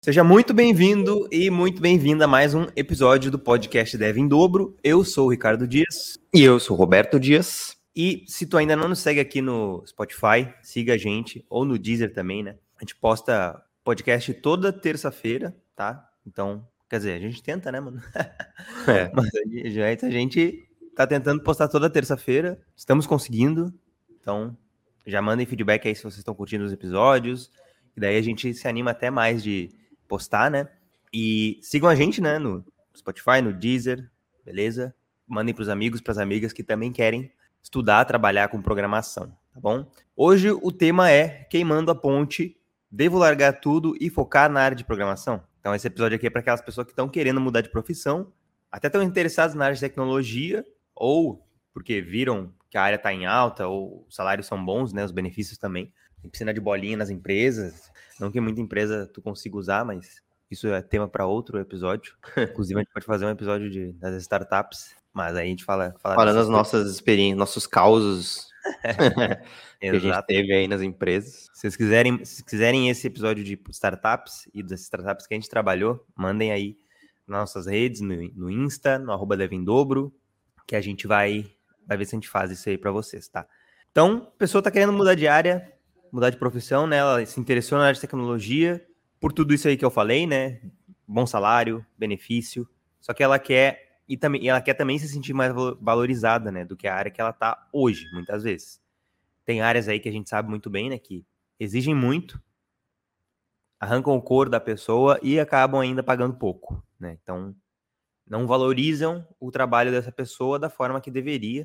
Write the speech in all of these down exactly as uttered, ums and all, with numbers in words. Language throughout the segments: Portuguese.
Seja muito bem-vindo e muito bem-vinda a mais um episódio do podcast Dev em Dobro. Eu sou o Ricardo Dias. E eu sou o Roberto Dias. E se tu ainda não nos segue aqui no Spotify, siga a gente, ou no Deezer também, né? A gente posta podcast toda terça-feira, tá? Então, quer dizer, a gente tenta, né, mano? É. Mas a gente tá tentando postar toda terça-feira, estamos conseguindo. Então, já mandem feedback aí se vocês estão curtindo os episódios. E daí a gente se anima até mais de postar, né? E sigam a gente, né, no Spotify, no Deezer, beleza? Mandem pros amigos, pras amigas que também querem estudar, trabalhar com programação, tá bom? Hoje o tema é queimando a ponte, devo largar tudo e focar na área de programação? Então esse episódio aqui é para aquelas pessoas que estão querendo mudar de profissão, até estão interessados na área de tecnologia, ou porque viram que a área está em alta, ou os salários são bons, né, os benefícios também. Tem piscina de bolinha nas empresas, não que muita empresa tu consiga usar, mas isso é tema para outro episódio. Inclusive a gente pode fazer um episódio de, das startups, mas aí a gente fala... fala Falando das nossas experiências, nossos causos que a gente teve aí nas empresas. Se vocês quiserem, se quiserem esse episódio de startups e das startups que a gente trabalhou, mandem aí nas nossas redes, no, no Insta, no arroba Devendobro, que a gente vai, vai ver se a gente faz isso aí para vocês, tá? Então, a pessoa tá querendo mudar de área, mudar de profissão, né? Ela se interessou na área de tecnologia, por tudo isso aí que eu falei, né? Bom salário, benefício, só que ela quer... E também, ela quer também se sentir mais valorizada, né, do que a área que ela tá hoje, muitas vezes. Tem áreas aí que a gente sabe muito bem, né, que exigem muito, arrancam o couro da pessoa e acabam ainda pagando pouco, né? Então, não valorizam o trabalho dessa pessoa da forma que deveria.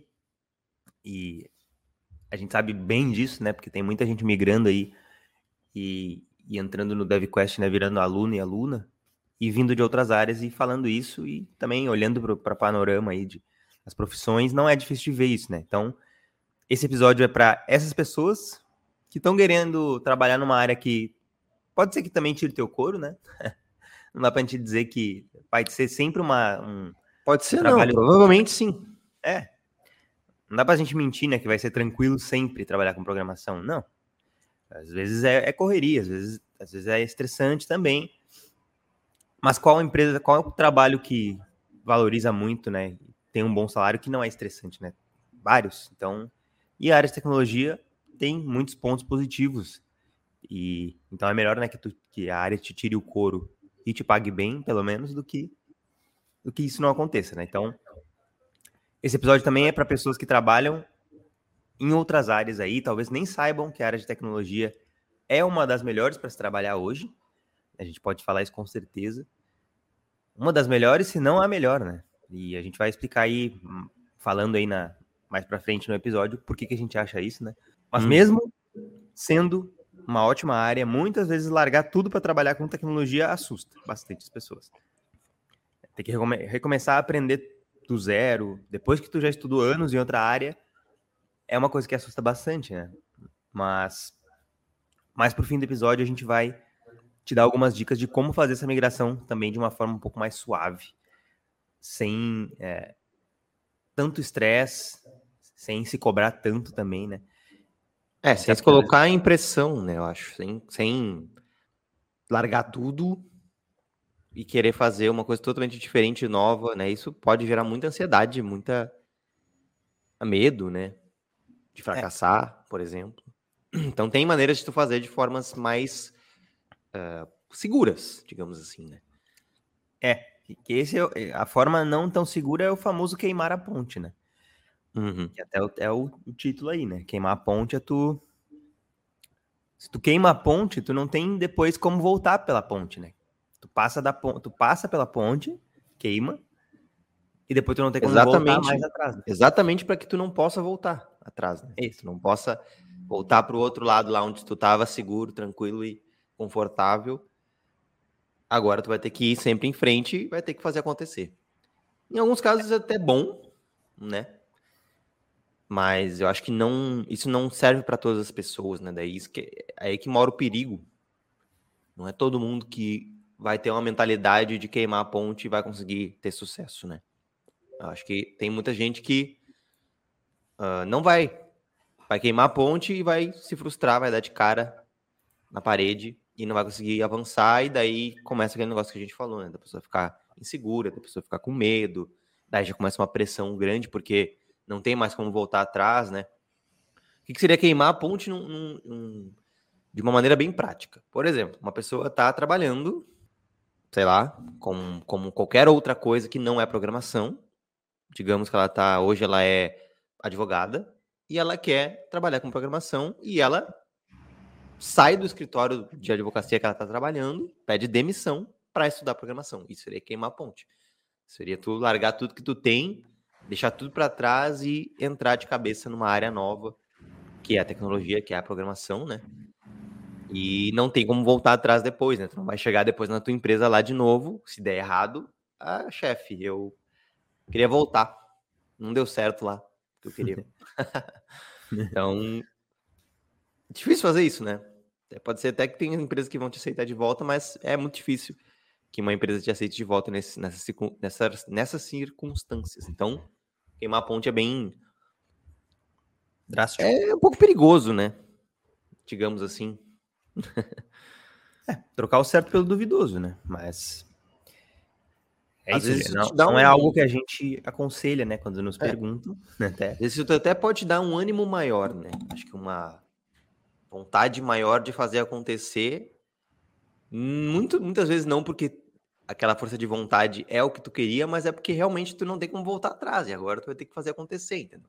E a gente sabe bem disso, né, porque tem muita gente migrando aí e, e entrando no DevQuest, né, virando aluno e aluna, e vindo de outras áreas e falando isso, e também olhando para o panorama aí de as profissões, não é difícil de ver isso, né? Então, esse episódio é para essas pessoas que estão querendo trabalhar numa área que pode ser que também tire teu couro, né? Não dá pra gente dizer que vai ser sempre uma... Um, pode ser um trabalho... não, provavelmente sim. É. Não dá pra gente mentir, né, que vai ser tranquilo sempre trabalhar com programação. Não. Às vezes é, é correria, às vezes, às vezes é estressante também. Mas qual empresa, qual é o trabalho que valoriza muito, né? Tem um bom salário que não é estressante, né? Vários. Então, e a área de tecnologia tem muitos pontos positivos. E então é melhor, né, que, tu, que a área te tire o couro e te pague bem, pelo menos, do que, do que isso não aconteça, né? Então, esse episódio também é para pessoas que trabalham em outras áreas aí, talvez nem saibam que a área de tecnologia é uma das melhores para se trabalhar hoje. A gente pode falar isso com certeza. Uma das melhores, se não a melhor, né? E a gente vai explicar aí, falando aí na, mais pra frente no episódio, por que, que a gente acha isso, né? Mas hum. mesmo sendo uma ótima área, muitas vezes largar tudo para trabalhar com tecnologia assusta bastante as pessoas. Tem que recome- recomeçar a aprender do zero, depois que tu já estudou anos em outra área, é uma coisa que assusta bastante, né? Mas, mais pro fim do episódio, a gente vai te dar algumas dicas de como fazer essa migração também de uma forma um pouco mais suave, sem é, tanto estresse, sem se cobrar tanto também, né? É, sem se colocar em pressão, né, eu acho, sem, sem largar tudo e querer fazer uma coisa totalmente diferente, nova, né, isso pode gerar muita ansiedade, muita medo, né, de fracassar, é. por exemplo. Então tem maneiras de tu fazer de formas mais uh, seguras, digamos assim, né. É, que esse é, a forma não tão segura é o famoso queimar a ponte, né? Uhum. Que até o, é o, o título aí, né? Queimar a ponte é tu... Se tu queima a ponte, tu não tem depois como voltar pela ponte, né? Tu passa, da ponte, tu passa pela ponte, queima, e depois tu não tem como exatamente, voltar mais atrás. Né? Exatamente para que tu não possa voltar atrás, né? Isso. Tu não possa voltar para o outro lado lá onde tu estava seguro, tranquilo e confortável. Agora tu vai ter que ir sempre em frente e vai ter que fazer acontecer. Em alguns casos é até bom, né? Mas eu acho que não, isso não serve para todas as pessoas, né? Daí isso que, é aí que mora o perigo. Não é todo mundo que vai ter uma mentalidade de queimar a ponte e vai conseguir ter sucesso, né? Eu acho que tem muita gente que uh, não vai. Vai queimar a ponte e vai se frustrar, vai dar de cara na parede e não vai conseguir avançar, e daí começa aquele negócio que a gente falou, né? Da pessoa ficar insegura, da pessoa ficar com medo, daí já começa uma pressão grande, porque não tem mais como voltar atrás, né? O que, que seria queimar a ponte num, num, num, de uma maneira bem prática? Por exemplo, uma pessoa está trabalhando, sei lá, como, como qualquer outra coisa que não é programação. Digamos que ela tá, hoje ela é advogada e ela quer trabalhar com programação e ela sai do escritório de advocacia que ela está trabalhando, pede demissão para estudar programação. Isso seria queimar a ponte. Seria tu largar tudo que tu tem, deixar tudo para trás e entrar de cabeça numa área nova, que é a tecnologia, que é a programação, né? E não tem como voltar atrás depois, né? Tu não vai chegar depois na tua empresa lá de novo, se der errado, ah, chefe, eu queria voltar. Não deu certo lá, que eu queria. Então, difícil fazer isso, né? Pode ser até que tem empresas que vão te aceitar de volta, mas é muito difícil que uma empresa te aceite de volta nesse, nessa, nessas, nessas circunstâncias. Então, queimar a ponte é bem... drástico. É um pouco perigoso, né? Digamos assim. É, trocar o certo pelo duvidoso, né? Mas... É Às isso, vezes não, isso te dá não um... é algo que a gente aconselha, né? Quando nos É. perguntam. Né, até. Às vezes isso até pode te dar um ânimo maior, né? Acho que uma vontade maior de fazer acontecer. Muito, muitas vezes não porque aquela força de vontade é o que tu queria, mas é porque realmente tu não tem como voltar atrás. E agora tu vai ter que fazer acontecer, entendeu?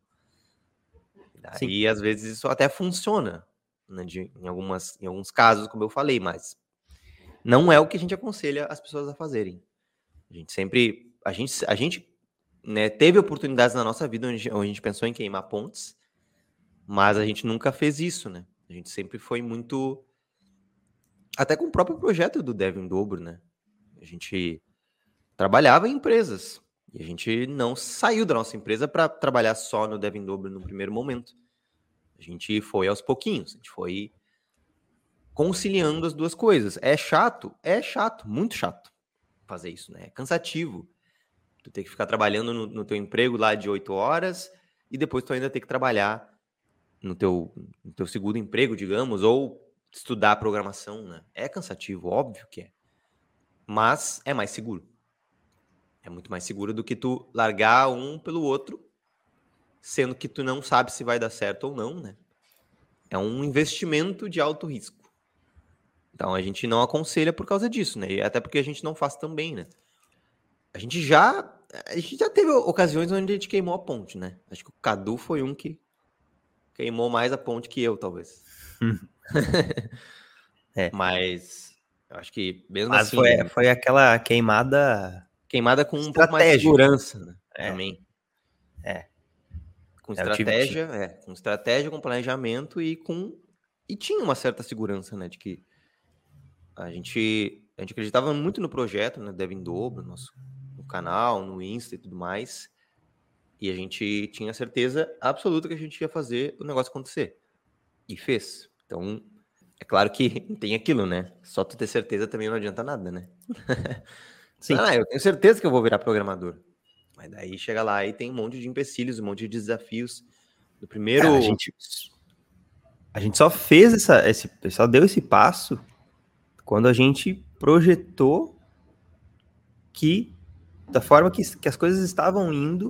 E daí, às vezes, isso até funciona, né? De, em, algumas, em alguns casos, como eu falei, mas não é o que a gente aconselha as pessoas a fazerem. A gente sempre... A gente, a gente né, teve oportunidades na nossa vida onde, onde a gente pensou em queimar pontes, mas a gente nunca fez isso, né? A gente sempre foi muito... Até com o próprio projeto do Dev em Dobro, né? A gente trabalhava em empresas e a gente não saiu da nossa empresa para trabalhar só no Dev em Dobro no primeiro momento. A gente foi aos pouquinhos, a gente foi conciliando as duas coisas. É chato? É chato, muito chato fazer isso, né? É cansativo. Tu tem que ficar trabalhando no, no teu emprego lá de oito horas e depois tu ainda tem que trabalhar no teu, no teu segundo emprego, digamos, ou estudar programação, né? É cansativo, óbvio que é. Mas é mais seguro. É muito mais seguro do que tu largar um pelo outro, sendo que tu não sabe se vai dar certo ou não, né? É um investimento de alto risco. Então a gente não aconselha por causa disso, né? E até porque a gente não faz também, né? A gente já... A gente já teve ocasiões onde a gente queimou a ponte, né? Acho que o Cadu foi um que queimou mais a ponte que eu, talvez. É. Mas eu acho que mesmo Mas assim... foi, né? foi aquela queimada... Queimada com um pouco mais de segurança, né? É. Também. É. Com É, eu tive- estratégia, é, com estratégia, com planejamento e com... E tinha uma certa segurança, né? De que a gente, a gente acreditava muito no projeto, né? Dev em Dobro, no nosso no canal, no Insta e tudo mais. E a gente tinha certeza absoluta que a gente ia fazer o negócio acontecer. E fez. Então, é claro que tem aquilo, né? Só tu ter certeza também não adianta nada, né? Sim. Ah, eu tenho certeza que eu vou virar programador. Mas daí chega lá e tem um monte de empecilhos, um monte de desafios. Do primeiro... Cara, a gente, a gente só fez essa, esse, só deu esse passo quando a gente projetou que, da forma que, que as coisas estavam indo,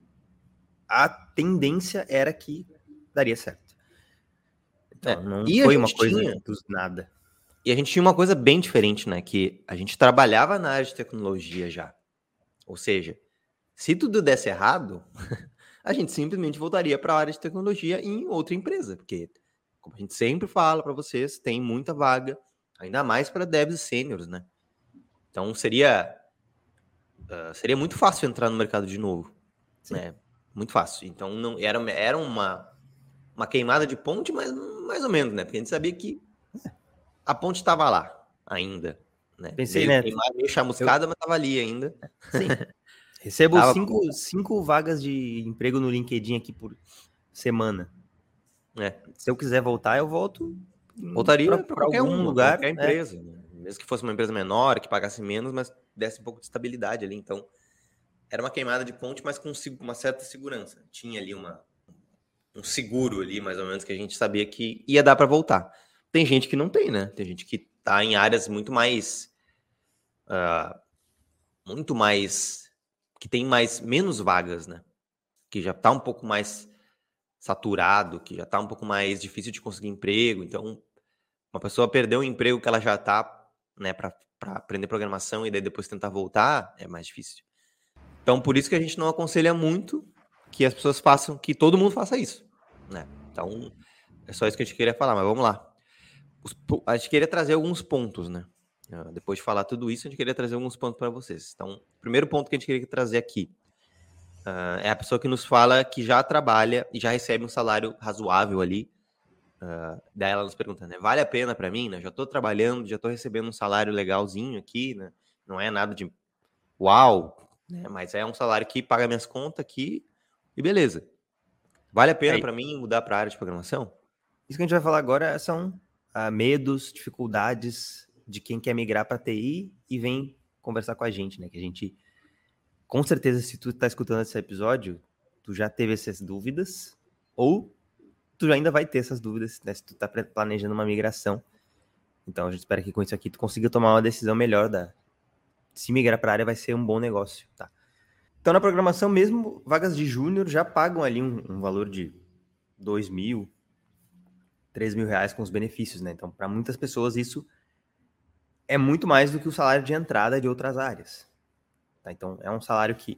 a tendência era que daria certo. Então, É, não e a foi uma gente coisa tinha- do nada. E a gente tinha uma coisa bem diferente, né? Que a gente trabalhava na área de tecnologia já. Ou seja, se tudo desse errado, a gente simplesmente voltaria para a área de tecnologia em outra empresa. Porque, como a gente sempre fala para vocês, tem muita vaga, ainda mais para devs sêniores, né? Então seria, uh, seria muito fácil entrar no mercado de novo. Né? Muito fácil. Então não, era, era uma, uma queimada de ponte, mas mais ou menos, né? Porque a gente sabia que a ponte estava lá ainda. Né? Pensei, meio né? Queimada, meio chamuscada, eu... mas estava ali ainda. Sim. Recebo Tava... cinco, cinco vagas de emprego no LinkedIn aqui por semana. É. Se eu quiser voltar, eu volto. Voltaria para qualquer algum uma, lugar, qualquer empresa. É. Né? Mesmo que fosse uma empresa menor, que pagasse menos, mas desse um pouco de estabilidade ali. Então, era uma queimada de ponte, mas com uma certa segurança. Tinha ali uma, um seguro ali, mais ou menos, que a gente sabia que ia dar para voltar. Tem gente que não tem, né? Tem gente que tá em áreas muito mais... Uh, muito mais... que tem mais, menos vagas, né? Que já tá um pouco mais saturado, que já tá um pouco mais difícil de conseguir emprego. Então, uma pessoa perder um emprego que ela já tá, né, para aprender programação e daí depois tentar voltar, é mais difícil. Então, por isso que a gente não aconselha muito que as pessoas façam, que todo mundo faça isso, né? Então, é só isso que a gente queria falar, mas vamos lá. Os, a gente queria trazer alguns pontos, né? Uh, depois de falar tudo isso, a gente queria trazer alguns pontos para vocês. Então, o primeiro ponto que a gente queria trazer aqui uh, é a pessoa que nos fala que já trabalha e já recebe um salário razoável ali. Uh, daí ela nos pergunta, né? Vale a pena para mim, né? Já estou trabalhando, já estou recebendo um salário legalzinho aqui, né? Não é nada de uau, né? Mas é um salário que paga minhas contas aqui e beleza. Vale a pena é, para mim mudar para a área de programação? Isso que a gente vai falar agora são uh, medos, dificuldades de quem quer migrar para T I e vem conversar com a gente, né? Que a gente, com certeza, se tu tá escutando esse episódio, tu já teve essas dúvidas ou tu ainda vai ter essas dúvidas, né? Se tu tá planejando uma migração. Então a gente espera que com isso aqui tu consiga tomar uma decisão melhor da se migrar para a área vai ser um bom negócio, tá? Então na programação mesmo, vagas de júnior já pagam ali um, um valor de dois mil, três mil reais com os benefícios, né? Então para muitas pessoas isso é muito mais do que o salário de entrada de outras áreas, tá? Então é um salário que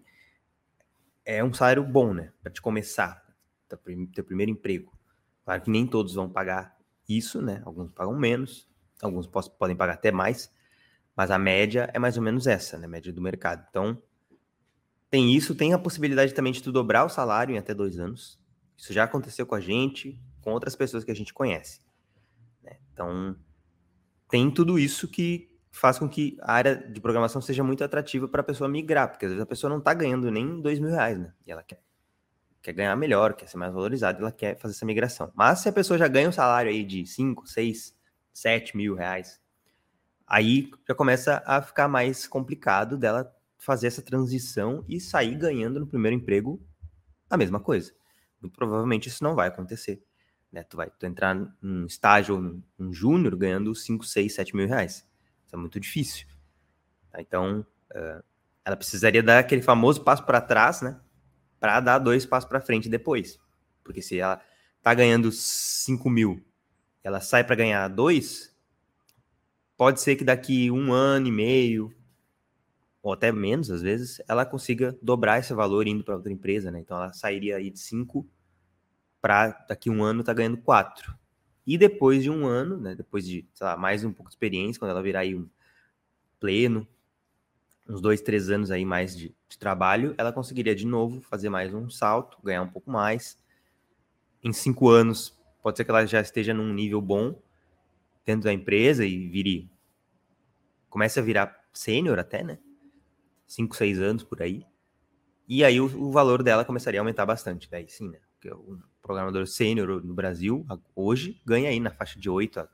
é um salário bom, né? Para te começar, teu primeiro emprego. Claro que nem todos vão pagar isso, né? Alguns pagam menos, alguns podem pagar até mais, mas a média é mais ou menos essa, né? A média do mercado. Então, tem isso, tem a possibilidade também de tu dobrar o salário em até dois anos. Isso já aconteceu com a gente, com outras pessoas que a gente conhece, né? Então, tem tudo isso que faz com que a área de programação seja muito atrativa para a pessoa migrar, porque às vezes a pessoa não está ganhando nem dois mil reais, né? E ela quer quer ganhar melhor, quer ser mais valorizado, ela quer fazer essa migração. Mas se a pessoa já ganha um salário aí de cinco, seis, sete mil reais, aí já começa a ficar mais complicado dela fazer essa transição e sair ganhando no primeiro emprego a mesma coisa. Muito provavelmente isso não vai acontecer, né? Tu vai tu entrar num estágio ou num, num júnior ganhando cinco, seis, sete mil reais. Isso é muito difícil. Tá? Então, uh, ela precisaria dar aquele famoso passo para trás, né? Para dar dois passos para frente depois. Porque se ela tá ganhando cinco mil, ela sai para ganhar dois, pode ser que daqui um ano e meio, ou até menos às vezes, ela consiga dobrar esse valor indo para outra empresa, né? Então ela sairia aí de cinco para daqui um ano tá ganhando quatro. E depois de um ano, né? Depois de, sei lá, mais um pouco de experiência, quando ela virar aí um pleno, uns dois, três anos aí mais de, de trabalho, ela conseguiria de novo fazer mais um salto, ganhar um pouco mais. Em cinco anos, pode ser que ela já esteja num nível bom dentro da empresa e vire, comece a virar sênior até, né? Cinco, seis anos por aí. E aí o, o valor dela começaria a aumentar bastante. Daí sim, né? Porque o programador sênior no Brasil, hoje, ganha aí na faixa de oito,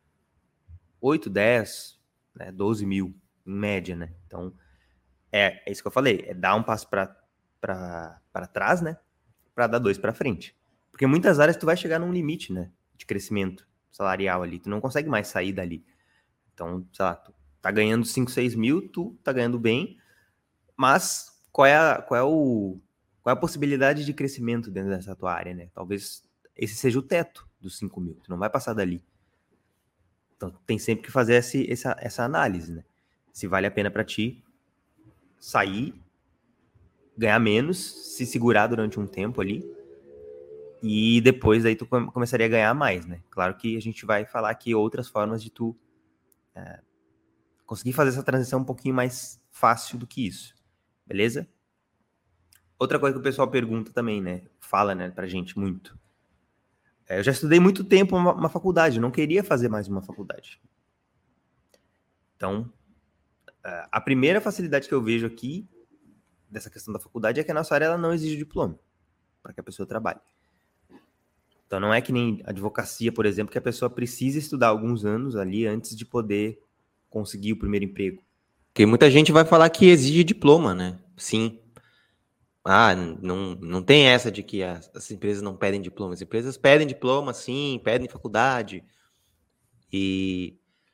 dez, né? doze mil, em média, né? Então, É, é isso que eu falei, é dar um passo para trás, né? Para dar dois para frente. Porque muitas áreas tu vai chegar num limite, né? De crescimento salarial ali. Tu não consegue mais sair dali. Então, sei lá, tu tá ganhando cinco, seis mil, tu tá ganhando bem, mas qual é a, qual é o, qual é a possibilidade de crescimento dentro dessa tua área, né? Talvez esse seja o teto dos cinco mil. Tu não vai passar dali. Então, tem sempre que fazer esse, essa, essa análise, né? Se vale a pena para ti sair, ganhar menos, se segurar durante um tempo ali, e depois aí tu começaria a ganhar mais, né? Claro que a gente vai falar aqui outras formas de tu é, conseguir fazer essa transição um pouquinho mais fácil do que isso, beleza? Outra coisa que o pessoal pergunta também, né? Fala, né, pra gente muito. É, eu já estudei muito tempo uma, uma faculdade, eu não queria fazer mais uma faculdade. Então, a primeira facilidade que eu vejo aqui dessa questão da faculdade é que a nossa área ela não exige diploma para que a pessoa trabalhe. Então não é que nem advocacia, por exemplo, que a pessoa precisa estudar alguns anos ali antes de poder conseguir o primeiro emprego. Porque muita gente vai falar que exige diploma, né? Sim. Ah, não, não tem essa de que as, as empresas não pedem diploma. As empresas pedem diploma, sim, pedem faculdade. E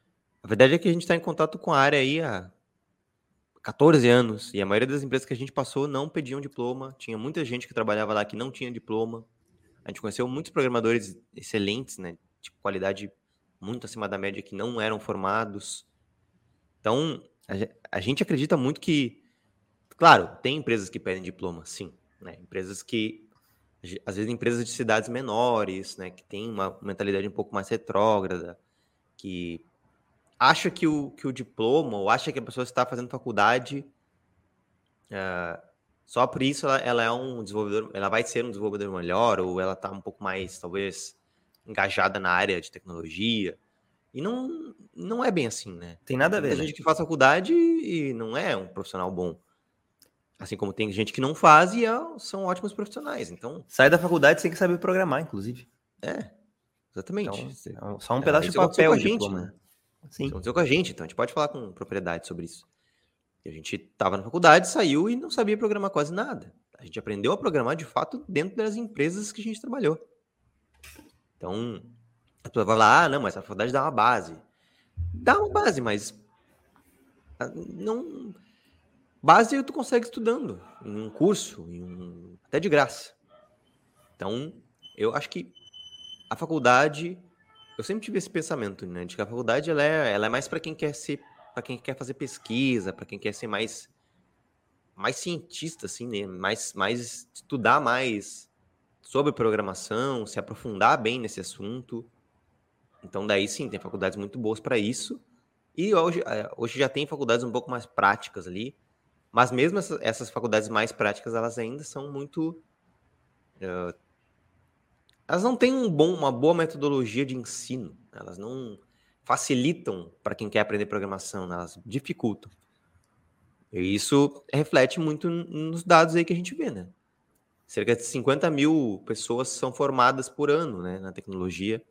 A verdade é que a gente está em contato com a área aí há quatorze anos, e a maioria das empresas que a gente passou não pediam diploma, tinha muita gente que trabalhava lá que não tinha diploma. A gente conheceu muitos programadores excelentes, né, de qualidade muito acima da média, que não eram formados. Então, a gente acredita muito que, claro, tem empresas que pedem diploma, sim, né, empresas que, às vezes empresas de cidades menores, né, que tem uma mentalidade um pouco mais retrógrada, que acha que o, que o diploma, ou acha que a pessoa está fazendo faculdade, uh, só por isso ela, ela é um desenvolvedor, ela vai ser um desenvolvedor melhor, ou ela está um pouco mais, talvez, engajada na área de tecnologia. E não, não é bem assim, né? Tem nada a Tem ver, muita né? gente que faz faculdade e não é um profissional bom. Assim como tem gente que não faz e é, são ótimos profissionais. Então, sai da faculdade sem saber programar, inclusive. É, exatamente. Então, só um é, pedaço de papel, de diploma, né? Sim. Isso aconteceu com a gente, então a gente pode falar com propriedade sobre isso. E a gente estava na faculdade, saiu e não sabia programar quase nada. A gente aprendeu a programar, de fato, dentro das empresas que a gente trabalhou. Então, a pessoa vai falar, ah, não, mas a faculdade dá uma base. Dá uma base, mas não... Base tu consegue estudando, em um curso, em um... até de graça. Então, eu acho que a faculdade... Eu sempre tive esse pensamento, né, de que a faculdade ela é, ela é mais para quem quer ser, para quem quer fazer pesquisa, para quem quer ser mais, mais cientista, assim, né, mais, mais estudar mais sobre programação, se aprofundar bem nesse assunto. Então, daí sim, tem faculdades muito boas para isso. E hoje, hoje já tem faculdades um pouco mais práticas ali, mas mesmo essas, essas faculdades mais práticas, elas ainda são muito... Uh, elas não têm um bom, uma boa metodologia de ensino. Elas não facilitam para quem quer aprender programação, né? Elas dificultam. E isso reflete muito nos dados aí que a gente vê, né? Cerca de cinquenta mil pessoas são formadas por ano, né, na tecnologia.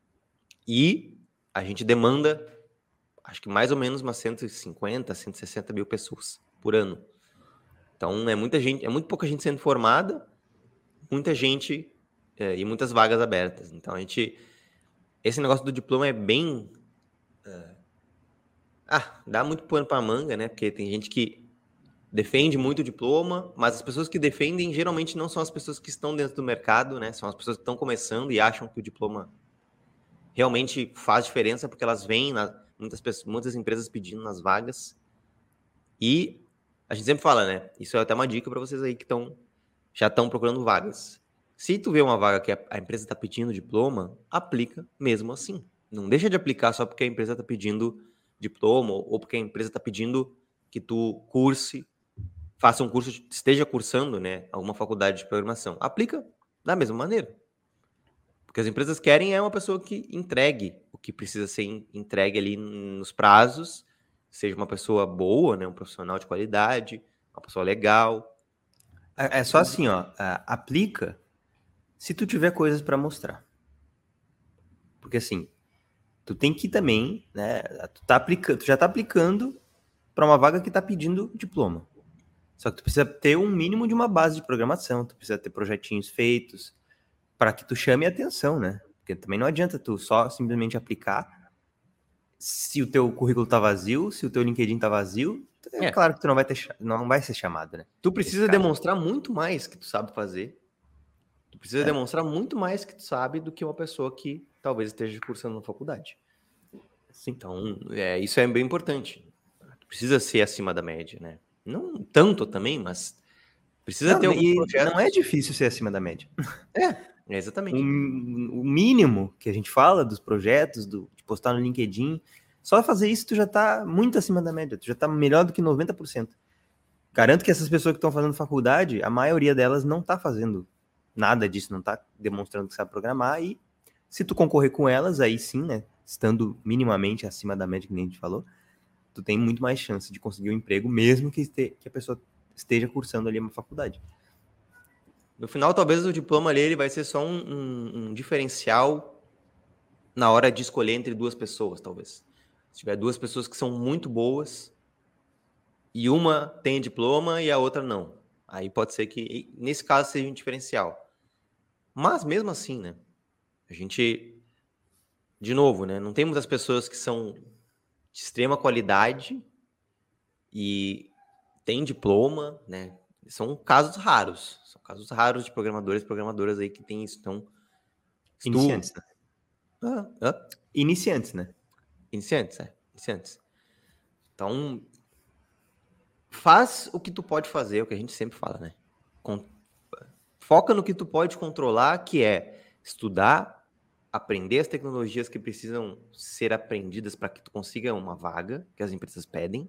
E a gente demanda, acho que mais ou menos umas cento e cinquenta, cento e sessenta mil pessoas por ano. Então, é muita gente, é muito pouca gente sendo formada, muita gente... É, e muitas vagas abertas. Então, a gente... Esse negócio do diploma é bem... É... Ah, dá muito pano pra manga, né? Porque tem gente que defende muito o diploma, mas as pessoas que defendem geralmente não são as pessoas que estão dentro do mercado, né? São as pessoas que estão começando e acham que o diploma realmente faz diferença, porque elas veem na... muitas, pessoas, muitas empresas pedindo nas vagas. E a gente sempre fala, né? Isso é até uma dica para vocês aí que estão já estão procurando vagas. Se tu vê uma vaga que a empresa está pedindo diploma, aplica mesmo assim. Não deixa de aplicar só porque a empresa está pedindo diploma ou porque a empresa está pedindo que tu curse, faça um curso, esteja cursando, né, alguma faculdade de programação. Aplica da mesma maneira. Porque as empresas querem é uma pessoa que entregue o que precisa ser entregue ali nos prazos, seja uma pessoa boa, né, um profissional de qualidade, uma pessoa legal. É, é só assim, ó, aplica se tu tiver coisas para mostrar. Porque assim, tu tem que também, né, tu, tá aplicando, tu já tá aplicando para uma vaga que tá pedindo diploma. Só que tu precisa ter um mínimo de uma base de programação, tu precisa ter projetinhos feitos para que tu chame a atenção, né? Porque também não adianta tu só simplesmente aplicar se o teu currículo tá vazio, se o teu LinkedIn tá vazio, é, é. claro que tu não vai ter, não vai ser chamado, né? Tu precisa demonstrar muito mais que tu sabe fazer. Tu precisa é. demonstrar muito mais que tu sabe do que uma pessoa que talvez esteja cursando na faculdade. Sim. Então, é, isso é bem importante. Tu precisa ser acima da média, né? Não tanto também, mas precisa não, ter alguns e projetos. Não é difícil ser acima da média. É, é exatamente. O, o mínimo que a gente fala dos projetos, do, de postar no LinkedIn, só fazer isso tu já tá muito acima da média. Tu já tá melhor do que noventa por cento. Garanto que essas pessoas que estão fazendo faculdade, a maioria delas não tá fazendo nada disso, não tá demonstrando que sabe programar, e se tu concorrer com elas, aí sim, né, estando minimamente acima da média, que nem a gente falou, tu tem muito mais chance de conseguir um emprego, mesmo que, este, que a pessoa esteja cursando ali uma faculdade. No final, talvez o diploma ali ele vai ser só um, um, um diferencial na hora de escolher entre duas pessoas, talvez. Se tiver duas pessoas que são muito boas e uma tem diploma e a outra não, aí pode ser que, nesse caso, seja um diferencial. Mas, mesmo assim, né, a gente, de novo, né, não tem muitas pessoas que são de extrema qualidade e tem diploma, né? São casos raros. São casos raros de programadores e programadoras aí que tem isso. Então, Iniciantes, tu... né? Ah, ah. Iniciantes, né? Iniciantes, é. Iniciantes. Então, faz o que tu pode fazer, o que a gente sempre fala, né? Com... Foca no que tu pode controlar, que é estudar, aprender as tecnologias que precisam ser aprendidas para que tu consiga uma vaga, que as empresas pedem,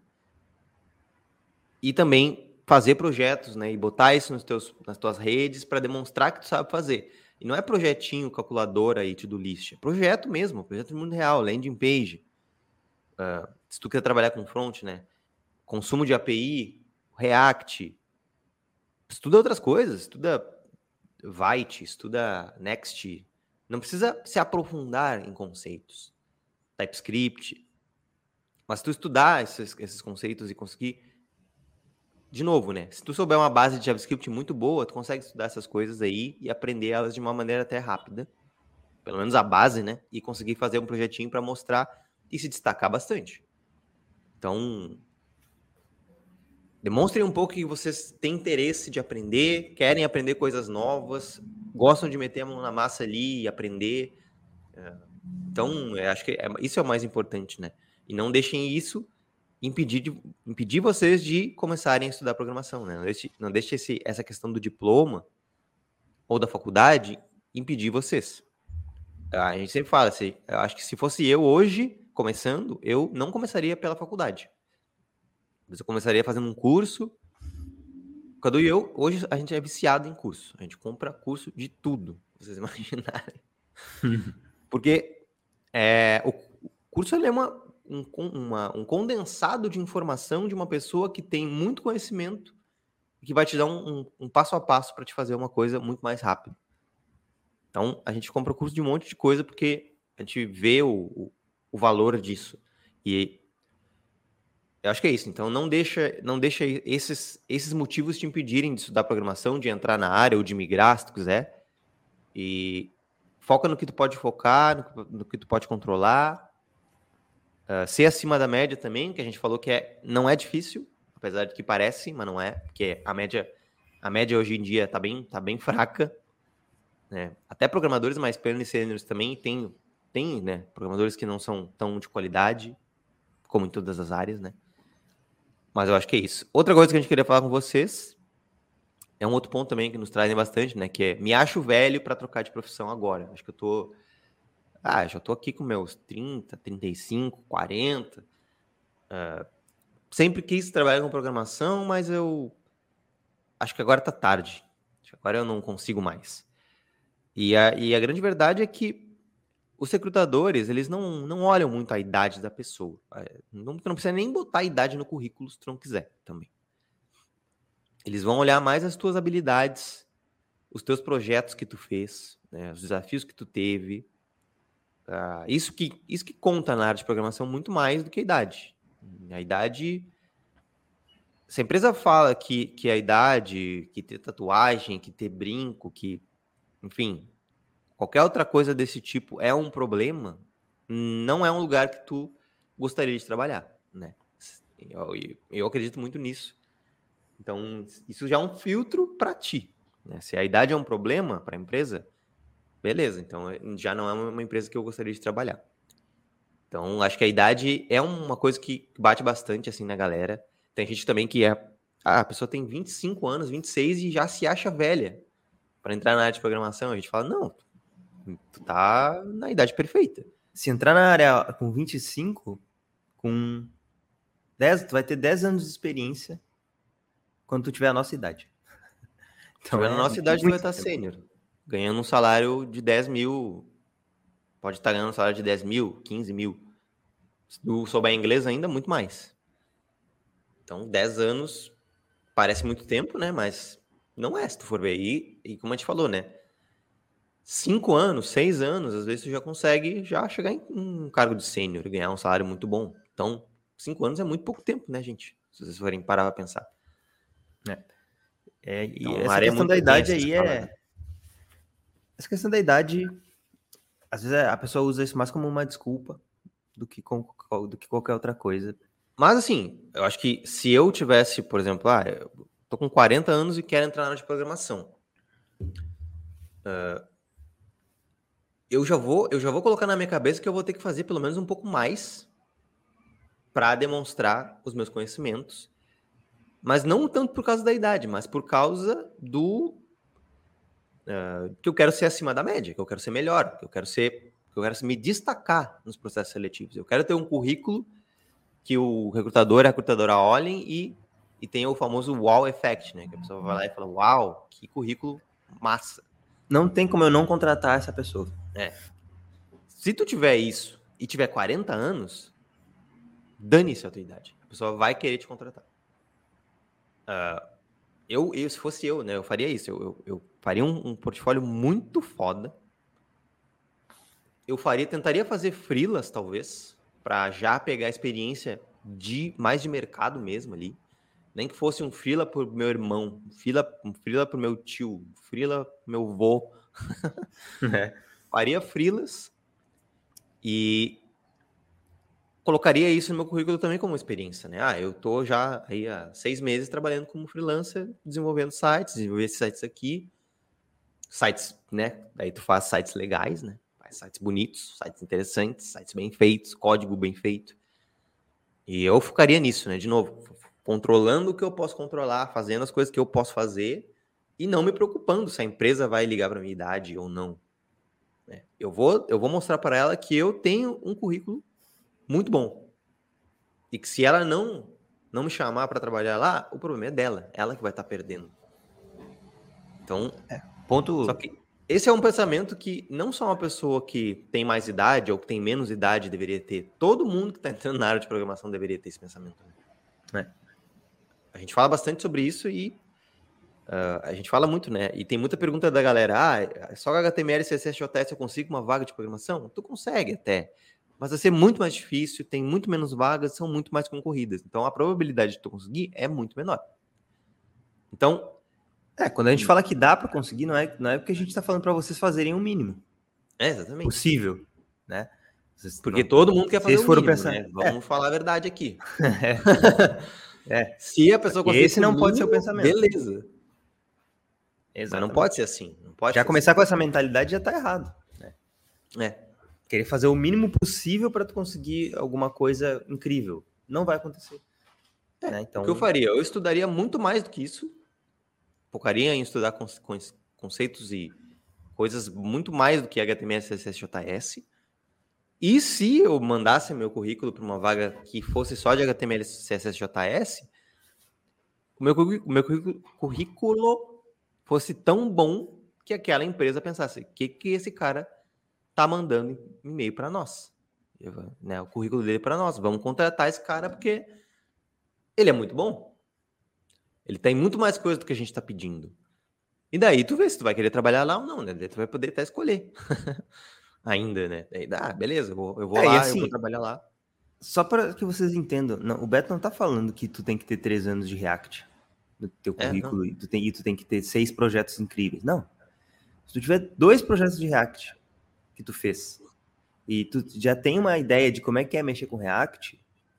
e também fazer projetos, né? E botar isso nos teus, nas tuas redes para demonstrar que tu sabe fazer. E não é projetinho, calculadora e to-do list. É projeto mesmo, projeto no mundo real, landing page. Uh, se tu quer trabalhar com front, né? Consumo de A P I, React. Estuda outras coisas. Estuda Vite, estuda Next. Não precisa se aprofundar em conceitos. TypeScript. Mas se tu estudar esses, esses conceitos e conseguir... De novo, né? Se tu souber uma base de JavaScript muito boa, tu consegue estudar essas coisas aí e aprender elas de uma maneira até rápida. Pelo menos a base, né? E conseguir fazer um projetinho para mostrar e se destacar bastante. Então, demonstrem um pouco que vocês têm interesse de aprender, querem aprender coisas novas, gostam de meter a mão na massa ali e aprender. Então, eu acho que é, isso é o mais importante, né? E não deixem isso impedir, de, impedir vocês de começarem a estudar programação, né? Não deixe, não deixe esse, essa questão do diploma ou da faculdade impedir vocês. A gente sempre fala assim, eu acho que se fosse eu hoje, começando, eu não começaria pela faculdade. Eu começaria fazendo um curso. Quando eu, hoje a gente é viciado em curso. A gente compra curso de tudo, vocês imaginarem. Porque é, o curso ele é uma, um, uma, um condensado de informação de uma pessoa que tem muito conhecimento e que vai te dar um, um, um passo a passo para te fazer uma coisa muito mais rápido. Então, a gente compra curso de um monte de coisa porque a gente vê o, o, o valor disso. E eu acho que é isso. Então, não deixa, não deixa esses, esses motivos te impedirem de estudar programação, de entrar na área ou de migrar, se tu quiser. E foca no que tu pode focar, no, no que tu pode controlar. Uh, ser acima da média também, que a gente falou que é, não é difícil, apesar de que parece, mas não é. Porque a média, a média hoje em dia está bem, tá bem fraca. Né? Até programadores mais plenos e sêniores também tem, tem né? Programadores que não são tão de qualidade, como em todas as áreas, né? Mas eu acho que é isso. Outra coisa que a gente queria falar com vocês é um outro ponto também que nos trazem bastante, né? Que é, me acho velho para trocar de profissão agora. Acho que eu tô... Ah, já tô aqui com meus trinta, trinta e cinco, quarenta. Uh, sempre quis trabalhar com programação, mas eu acho que agora tá tarde. Acho que agora eu não consigo mais. E a, e a grande verdade é que os recrutadores, eles não, não olham muito a idade da pessoa. Não, não precisa nem botar a idade no currículo se tu não quiser também. Eles vão olhar mais as tuas habilidades, os teus projetos que tu fez, né, os desafios que tu teve. Uh, isso, que, isso que conta na área de programação muito mais do que a idade. A idade... Se a empresa fala que, que a idade, que ter tatuagem, que ter brinco, que... Enfim... Qualquer outra coisa desse tipo é um problema, não é um lugar que tu gostaria de trabalhar, né? Eu, eu, eu acredito muito nisso. Então, isso já é um filtro para ti, né? Se a idade é um problema para a empresa, beleza. Então, já não é uma empresa que eu gostaria de trabalhar. Então, acho que a idade é uma coisa que bate bastante, assim, na galera. Tem gente também que é... Ah, a pessoa tem vinte e cinco anos, vinte e seis e já se acha velha para entrar na área de programação. A gente fala, não... Tu tá na idade perfeita. Se entrar na área com vinte e cinco, com dez, tu vai ter dez anos de experiência quando tu tiver a nossa idade. Então, tiver é na nossa idade, tu vai estar sênior. Ganhando um salário de dez mil. Pode estar ganhando um salário de dez mil, quinze mil. Se tu souber inglês ainda, muito mais. Então, dez anos parece muito tempo, né? Mas não é, se tu for ver. E, e como a gente falou, né? Cinco anos, seis anos, às vezes tu já consegue já chegar em um cargo de sênior e ganhar um salário muito bom. Então, cinco anos é muito pouco tempo, né, gente? Se vocês forem parar pra pensar. É. É, e então, essa questão da idade aí é... Né? Essa questão da idade, às vezes a pessoa usa isso mais como uma desculpa do que, com, do que qualquer outra coisa. Mas, assim, eu acho que se eu tivesse, por exemplo, ah, eu tô com quarenta anos e quero entrar na área de programação. Uh, eu, já vou, eu já vou colocar na minha cabeça que eu vou ter que fazer pelo menos um pouco mais para demonstrar os meus conhecimentos. Mas não tanto por causa da idade, mas por causa do... Uh, que eu quero ser acima da média, que eu quero ser melhor, que eu quero ser... que eu quero me destacar nos processos seletivos. Eu quero ter um currículo que o recrutador e a recrutadora olhem e, e tenha o famoso wow effect, né? Que a pessoa vai lá e fala, uau, que currículo massa. Não tem como eu não contratar essa pessoa. É. Se tu tiver isso e tiver quarenta anos, dane-se a tua idade. A pessoa vai querer te contratar. Uh, eu, eu, se fosse eu, né? Eu faria isso. Eu, eu, eu faria um, um portfólio muito foda. Eu faria, tentaria fazer freelas, talvez, para já pegar a experiência de mais de mercado mesmo ali. Nem que fosse um freela pro meu irmão, um freela, um freela pro meu tio, um freela pro meu vô. É. Faria freelas e colocaria isso no meu currículo também como experiência, né? Ah, eu tô já aí há seis meses trabalhando como freelancer, desenvolvendo sites, desenvolver esses sites aqui. Sites, né? Aí tu faz sites legais, né? Sites bonitos, sites interessantes, sites bem feitos, código bem feito. E eu focaria nisso, né? De novo, controlando o que eu posso controlar, fazendo as coisas que eu posso fazer e não me preocupando se a empresa vai ligar para minha idade ou não. Eu vou, eu vou mostrar para ela que eu tenho um currículo muito bom. E que se ela não, não me chamar para trabalhar lá, o problema é dela. Ela que vai estar perdendo. Então, é, ponto... Só que esse é um pensamento que não só uma pessoa que tem mais idade ou que tem menos idade deveria ter. Todo mundo que está entrando na área de programação deveria ter esse pensamento. É. A gente fala bastante sobre isso e uh, a gente fala muito, né? E tem muita pergunta da galera, ah, só com H T M L, C S S, J S eu consigo uma vaga de programação? Tu consegue até, mas vai ser muito mais difícil, tem muito menos vagas, são muito mais concorridas. Então a probabilidade de tu conseguir é muito menor. Então... É, quando a gente fala que dá para conseguir, não é, não é porque a gente está falando para vocês fazerem o um mínimo. É, exatamente. Possível, né? Vocês porque não, todo mundo quer fazer o mínimo, pensar... né? Vamos é. falar a verdade aqui. É. É. Se a pessoa conseguir esse não mínimo, pode ser o pensamento. Beleza. Exatamente. Mas não pode ser assim. Não pode já começar assim. com essa mentalidade já tá errado. Né? É. Querer fazer o mínimo possível para tu conseguir alguma coisa incrível. Não vai acontecer. É. Né? Então... O que eu faria? Eu estudaria muito mais do que isso. Focaria em estudar conceitos e coisas muito mais do que H T M L, C S S, J S. E se eu mandasse meu currículo para uma vaga que fosse só de H T M L, C S S, J S, o meu, o meu currículo fosse tão bom que aquela empresa pensasse, o que, que esse cara tá mandando e-mail para nós? Eu, né, o currículo dele para nós. Vamos contratar esse cara porque ele é muito bom. Ele tem muito mais coisa do que a gente está pedindo. E daí tu vê se tu vai querer trabalhar lá ou não, né? Daí tu vai poder até escolher. Ainda, né? Daí, ah, beleza, eu vou, eu vou é, lá, assim, eu vou trabalhar lá. Só para que vocês entendam, não, o Beto não tá falando que tu tem que ter três anos de React no teu currículo é, e, tu tem, e tu tem que ter seis projetos incríveis. Não. Se tu tiver dois projetos de React que tu fez e tu já tem uma ideia de como é que é mexer com React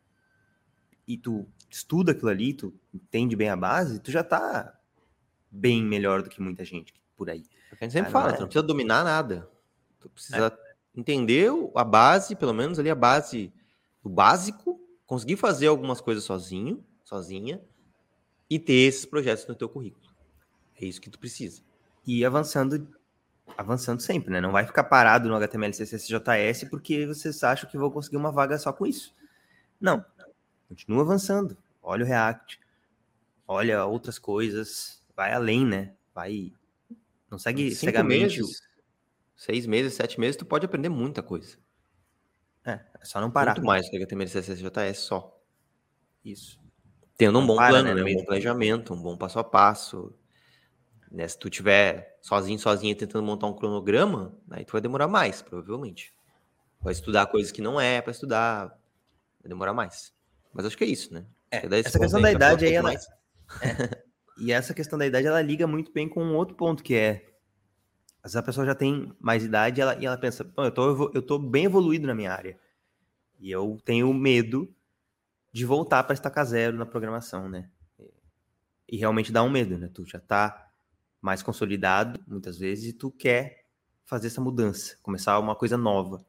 e tu estuda aquilo ali, tu entende bem a base, tu já tá bem melhor do que muita gente por aí. A gente sempre ah, fala, não é... tu não precisa dominar nada. Tu precisa é. entender a base, pelo menos ali a base, o básico, conseguir fazer algumas coisas sozinho, sozinha, e ter esses projetos no teu currículo. É isso que tu precisa. E avançando, avançando sempre, né? Não vai ficar parado no H T M L, C S S, J S porque vocês acham que vão conseguir uma vaga só com isso. Não. Continua avançando. Olha o React. Olha outras coisas. Vai além, né? Vai... Não segue Cinco cegamente... Meses, seis meses, sete meses, tu pode aprender muita coisa. É, é só não parar. Muito mais do que H T M L, C S S, J S só. Isso. Tendo um não bom para, plano, né? né? Um bom planejamento, um bom passo a passo. Né? Se tu tiver sozinho, sozinha, tentando montar um cronograma, aí tu vai demorar mais, provavelmente. Vai estudar coisas que não é para estudar, vai demorar mais. Mas acho que é isso, né? É, essa questão da idade aí, ela... mais... é. E essa questão da idade, ela liga muito bem com um outro ponto, que é... Às vezes a pessoa já tem mais idade e ela, e ela pensa, eu tô, eu tô bem evoluído na minha área. E eu tenho medo de voltar para estacar zero na programação, né? E realmente dá um medo, né? Tu já tá mais consolidado, muitas vezes, e tu quer fazer essa mudança, começar uma coisa nova.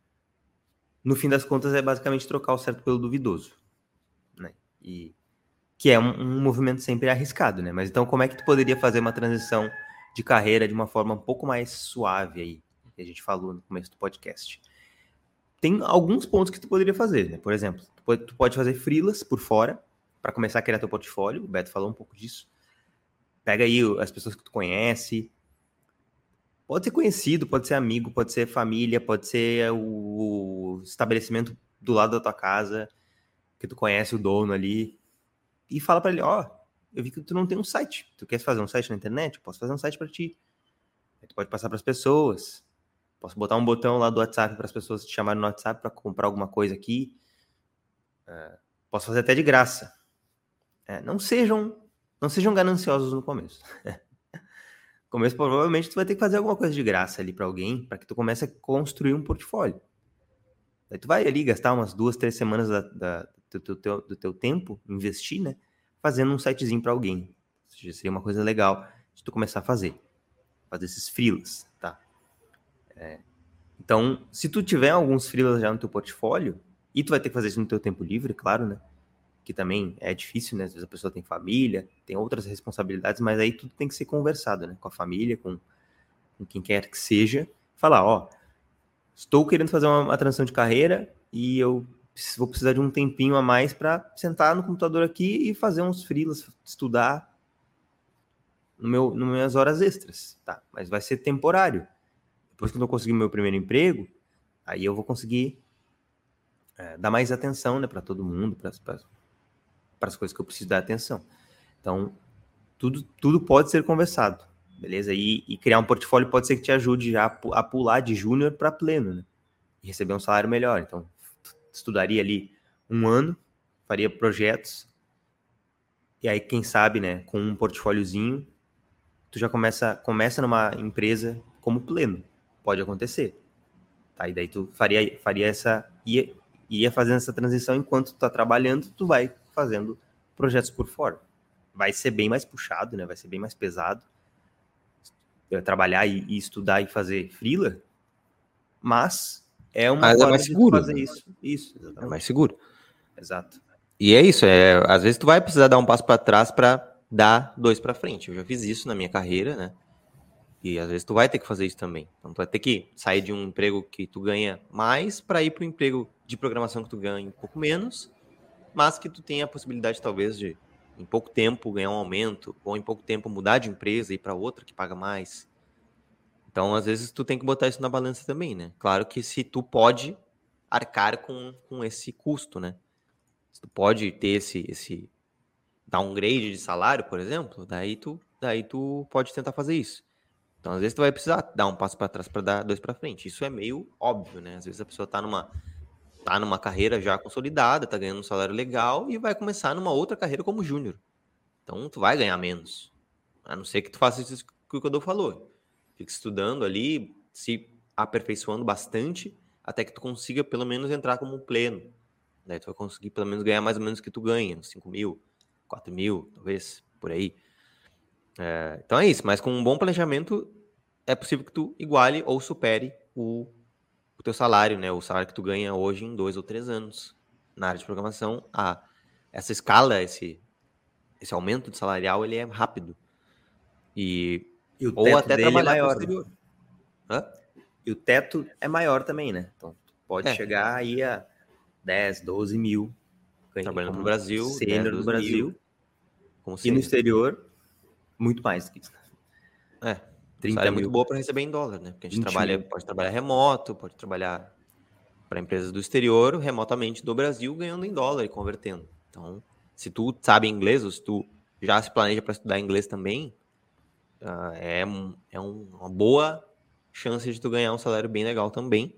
No fim das contas, é basicamente trocar o certo pelo duvidoso, né? E que é um, um movimento sempre arriscado, né? Mas então, como é que tu poderia fazer uma transição de carreira de uma forma um pouco mais suave aí, que a gente falou no começo do podcast? Tem alguns pontos que tu poderia fazer, né? Por exemplo, tu pode, tu pode fazer freelas por fora para começar a criar teu portfólio. O Beto falou um pouco disso. Pega aí as pessoas que tu conhece. Pode ser conhecido, pode ser amigo, pode ser família, pode ser o estabelecimento do lado da tua casa, que tu conhece o dono ali. E fala para ele, ó, oh, eu vi que tu não tem um site. Tu quer fazer um site na internet? Eu posso fazer um site para ti. Aí tu pode passar para as pessoas. Posso botar um botão lá do WhatsApp para as pessoas te chamarem no WhatsApp para comprar alguma coisa aqui. É, posso fazer até de graça. É, não sejam, não sejam gananciosos no começo. No começo, provavelmente, tu vai ter que fazer alguma coisa de graça ali para alguém, para que tu comece a construir um portfólio. Aí tu vai ali gastar umas duas, três semanas da, da, do, do, teu, do teu tempo, investir, né? Fazendo um sitezinho para alguém. Ou seja, seria uma coisa legal de tu começar a fazer. Fazer esses freelas, tá? É, então, se tu tiver alguns freelas já no teu portfólio, e tu vai ter que fazer isso no teu tempo livre, claro, né? Que também é difícil, né? Às vezes a pessoa tem família, tem outras responsabilidades, mas aí tudo tem que ser conversado, né? Com a família, com, com quem quer que seja. Falar, ó, estou querendo fazer uma, uma transição de carreira e eu vou precisar de um tempinho a mais para sentar no computador aqui e fazer uns freelas, estudar no meu, nas minhas horas extras, tá? Mas vai ser temporário. Depois que eu conseguir meu primeiro emprego, aí eu vou conseguir é, dar mais atenção, né, para todo mundo, para as coisas que eu preciso dar atenção. Então, tudo, tudo pode ser conversado, beleza? E, e criar um portfólio pode ser que te ajude já a, a pular de júnior para pleno, né? E receber um salário melhor. Então, estudaria ali um ano, faria projetos, e aí, quem sabe, né, com um portfóliozinho, tu já começa, começa numa empresa como pleno. Pode acontecer. Tá? E daí tu faria, faria essa... Ia, ia fazendo essa transição enquanto tu tá trabalhando, tu vai fazendo projetos por fora. Vai ser bem mais puxado, né? Vai ser bem mais pesado. Trabalhar e, e estudar e fazer freela, mas é uma mas forma é mais de seguro. fazer isso. Isso, exatamente. É mais seguro. Exato. E é isso, é, às vezes tu vai precisar dar um passo para trás para dar dois para frente. Eu já fiz isso na minha carreira, né? E às vezes tu vai ter que fazer isso também. Então tu vai ter que sair de um emprego que tu ganha mais para ir para um emprego de programação que tu ganha um pouco menos, mas que tu tenha a possibilidade talvez de em pouco tempo ganhar um aumento, ou em pouco tempo mudar de empresa e ir para outra que paga mais. Então às vezes tu tem que botar isso na balança também, né? Claro que se tu pode arcar com, com esse custo, né? Se tu pode ter esse, esse downgrade de salário, por exemplo, daí tu, daí tu pode tentar fazer isso. Então, às vezes, tu vai precisar dar um passo para trás para dar dois para frente. Isso é meio óbvio, né? Às vezes a pessoa tá numa, tá numa carreira já consolidada, tá ganhando um salário legal e vai começar numa outra carreira como júnior. Então, tu vai ganhar menos. A não ser que tu faça isso que o Codô falou. Fique estudando ali, se aperfeiçoando bastante, até que tu consiga pelo menos entrar como pleno. Daí tu vai conseguir pelo menos ganhar mais ou menos o que tu ganha, cinco mil, quatro mil, talvez, por aí. É, então é isso, mas com um bom planejamento é possível que tu iguale ou supere o, o teu salário, né? O salário que tu ganha hoje em dois ou três anos na área de programação. A, essa escala, esse, esse aumento de salarial, ele é rápido. E, e o ou teto até dele trabalhar é maior. para o exterior. Hã? E o teto é maior também, né? Então, pode é. chegar aí a dez, doze mil. Trabalhando no Brasil, sênior no Brasil. Mil, como e no exterior, muito mais do que isso. É, trinta é muito boa para receber em dólar, né? Porque a gente trabalha, pode trabalhar remoto, pode trabalhar para empresas do exterior, remotamente do Brasil, ganhando em dólar e convertendo. Então, se tu sabe inglês, ou se tu já se planeja para estudar inglês também, uh, é, é um, uma boa chance de tu ganhar um salário bem legal também.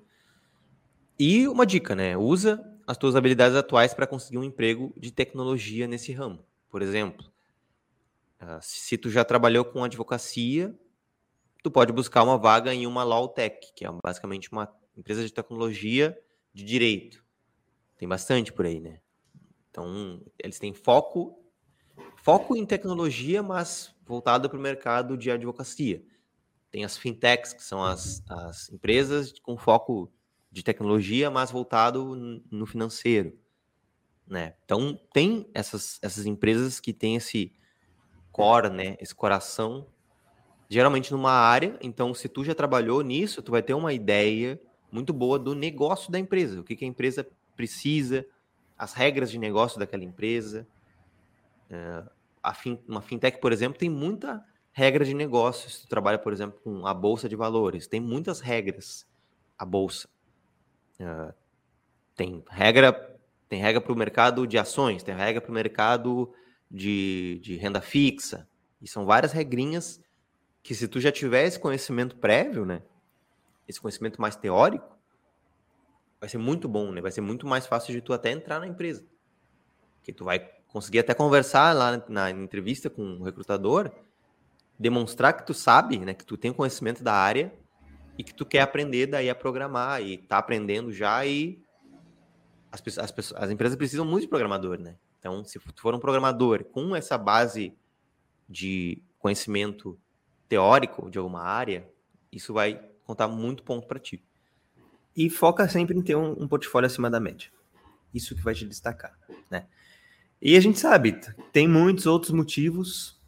E uma dica, né? Usa as tuas habilidades atuais para conseguir um emprego de tecnologia nesse ramo. Por exemplo, uh, se tu já trabalhou com advocacia, tu pode buscar uma vaga em uma Law Tech, que é basicamente uma empresa de tecnologia de direito. Tem bastante por aí, né? Então, eles têm foco, foco em tecnologia, mas voltado para o mercado de advocacia. Tem as fintechs, que são as, as empresas com foco de tecnologia, mas voltado no financeiro, né? Então, tem essas, essas empresas que têm esse core, né? Esse coração, geralmente numa área. Então, se tu já trabalhou nisso, tu vai ter uma ideia muito boa do negócio da empresa, o que, que a empresa precisa, as regras de negócio daquela empresa. É, a fin, uma fintech, por exemplo, tem muita regra de negócio. Se tu trabalha, por exemplo, com a bolsa de valores, tem muitas regras a bolsa. É, tem regra tem regra para o mercado de ações, tem regra para o mercado de, de renda fixa. E são várias regrinhas que, se tu já tiver esse conhecimento prévio, né, esse conhecimento mais teórico, vai ser muito bom, né? Vai ser muito mais fácil de tu até entrar na empresa. Porque tu vai conseguir até conversar lá na entrevista com o recrutador, demonstrar que tu sabe, né, que tu tem conhecimento da área e que tu quer aprender daí a programar e tá aprendendo já, e as, as, pessoas, as empresas precisam muito de programador, né? Então, se tu for um programador com essa base de conhecimento teórico de alguma área, isso vai contar muito ponto para ti. E foca sempre em ter um, um portfólio acima da média. Isso que vai te destacar, né? E a gente sabe, tem muitos outros motivos.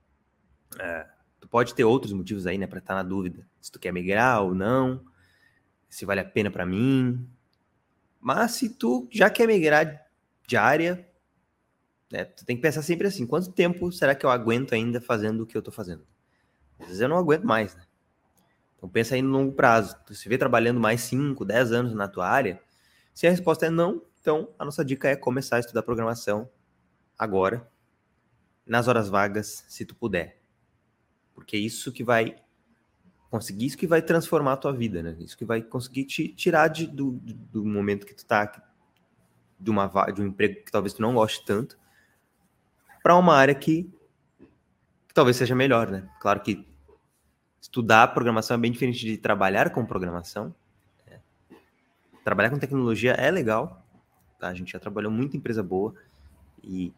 É, tu pode ter outros motivos aí, né, para estar na dúvida. Se tu quer migrar ou não, se vale a pena para mim. Mas se tu já quer migrar de área, né, tu tem que pensar sempre assim, quanto tempo será que eu aguento ainda fazendo o que eu tô fazendo? Às vezes eu não aguento mais, né? Então pensa aí no longo prazo. Tu se vê trabalhando mais cinco, dez anos na tua área? Se a resposta é não, então a nossa dica é começar a estudar programação agora, nas horas vagas, se tu puder. Porque é isso que vai conseguir, isso que vai transformar a tua vida, né? Isso que vai conseguir te tirar de, do, do momento que tu tá, de, uma, de um emprego que talvez tu não goste tanto, para uma área que, que talvez seja melhor, né? Claro que estudar programação é bem diferente de trabalhar com programação. É. Trabalhar com tecnologia é legal, tá? A gente já trabalhou muito em empresa boa e,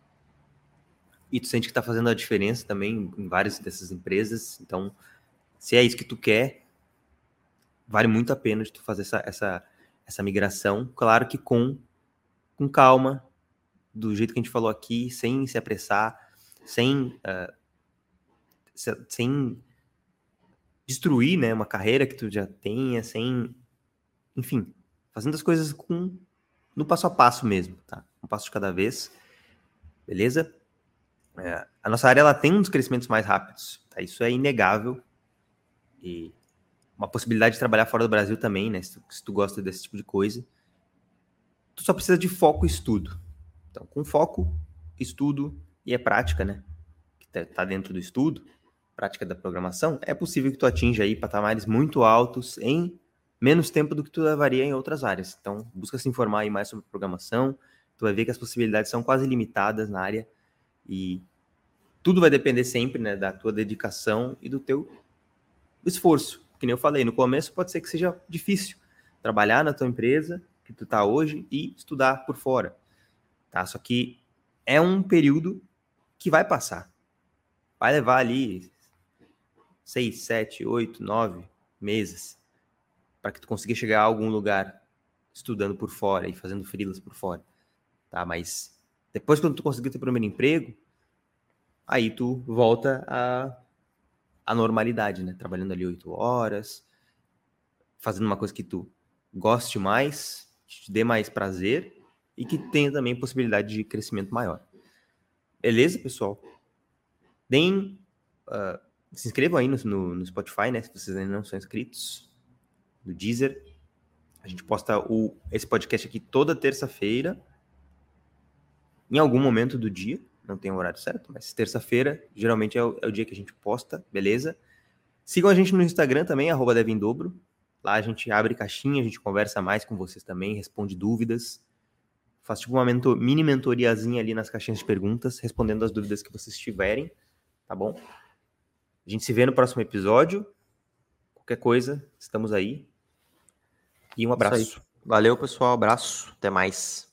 e tu sente que tá fazendo a diferença também em várias dessas empresas. Então, se é isso que tu quer, vale muito a pena de tu fazer essa, essa, essa migração. Claro que com, com calma, do jeito que a gente falou aqui, sem se apressar, sem, uh, se, sem destruir, né, uma carreira que tu já tenha, sem... Enfim, fazendo as coisas com, no passo a passo mesmo, tá? Um passo de cada vez, beleza? É, a nossa área, ela tem uns crescimentos mais rápidos, tá? Isso é inegável. E uma possibilidade de trabalhar fora do Brasil também, né? Se tu, se tu gosta desse tipo de coisa. Tu só precisa de foco e estudo. Então, com foco, estudo e é prática, né? Que tá, tá dentro do estudo, prática da programação, é possível que tu atinja aí patamares muito altos em menos tempo do que tu levaria em outras áreas. Então, busca se informar aí mais sobre programação. Tu vai ver que as possibilidades são quase ilimitadas na área e tudo vai depender sempre, né, da tua dedicação e do teu esforço. Que nem eu falei, no começo pode ser que seja difícil trabalhar na tua empresa que tu tá hoje e estudar por fora, tá? Só que é um período que vai passar. Vai levar ali seis, sete, oito, nove meses para que tu consiga chegar a algum lugar estudando por fora e fazendo freelas por fora, tá? Mas depois, quando tu conseguir teu primeiro emprego, aí tu volta a, a normalidade, né? Trabalhando ali oito horas, fazendo uma coisa que tu goste mais, que te dê mais prazer e que tenha também possibilidade de crescimento maior. Beleza, pessoal? Deem, uh, se inscrevam aí no, no, no Spotify, né? Se vocês ainda não são inscritos, no Deezer. A gente posta o, esse podcast aqui toda terça-feira, em algum momento do dia, não tem um horário certo, mas terça-feira geralmente é o, é o dia que a gente posta, beleza? Sigam a gente no Instagram também, arroba devindobro. Lá a gente abre caixinha, a gente conversa mais com vocês também, responde dúvidas. Faço tipo uma mentor, mini mentoriazinha ali nas caixinhas de perguntas, respondendo as dúvidas que vocês tiverem, tá bom? A gente se vê no próximo episódio. Qualquer coisa, estamos aí. E um abraço. Valeu, pessoal. Abraço. Até mais.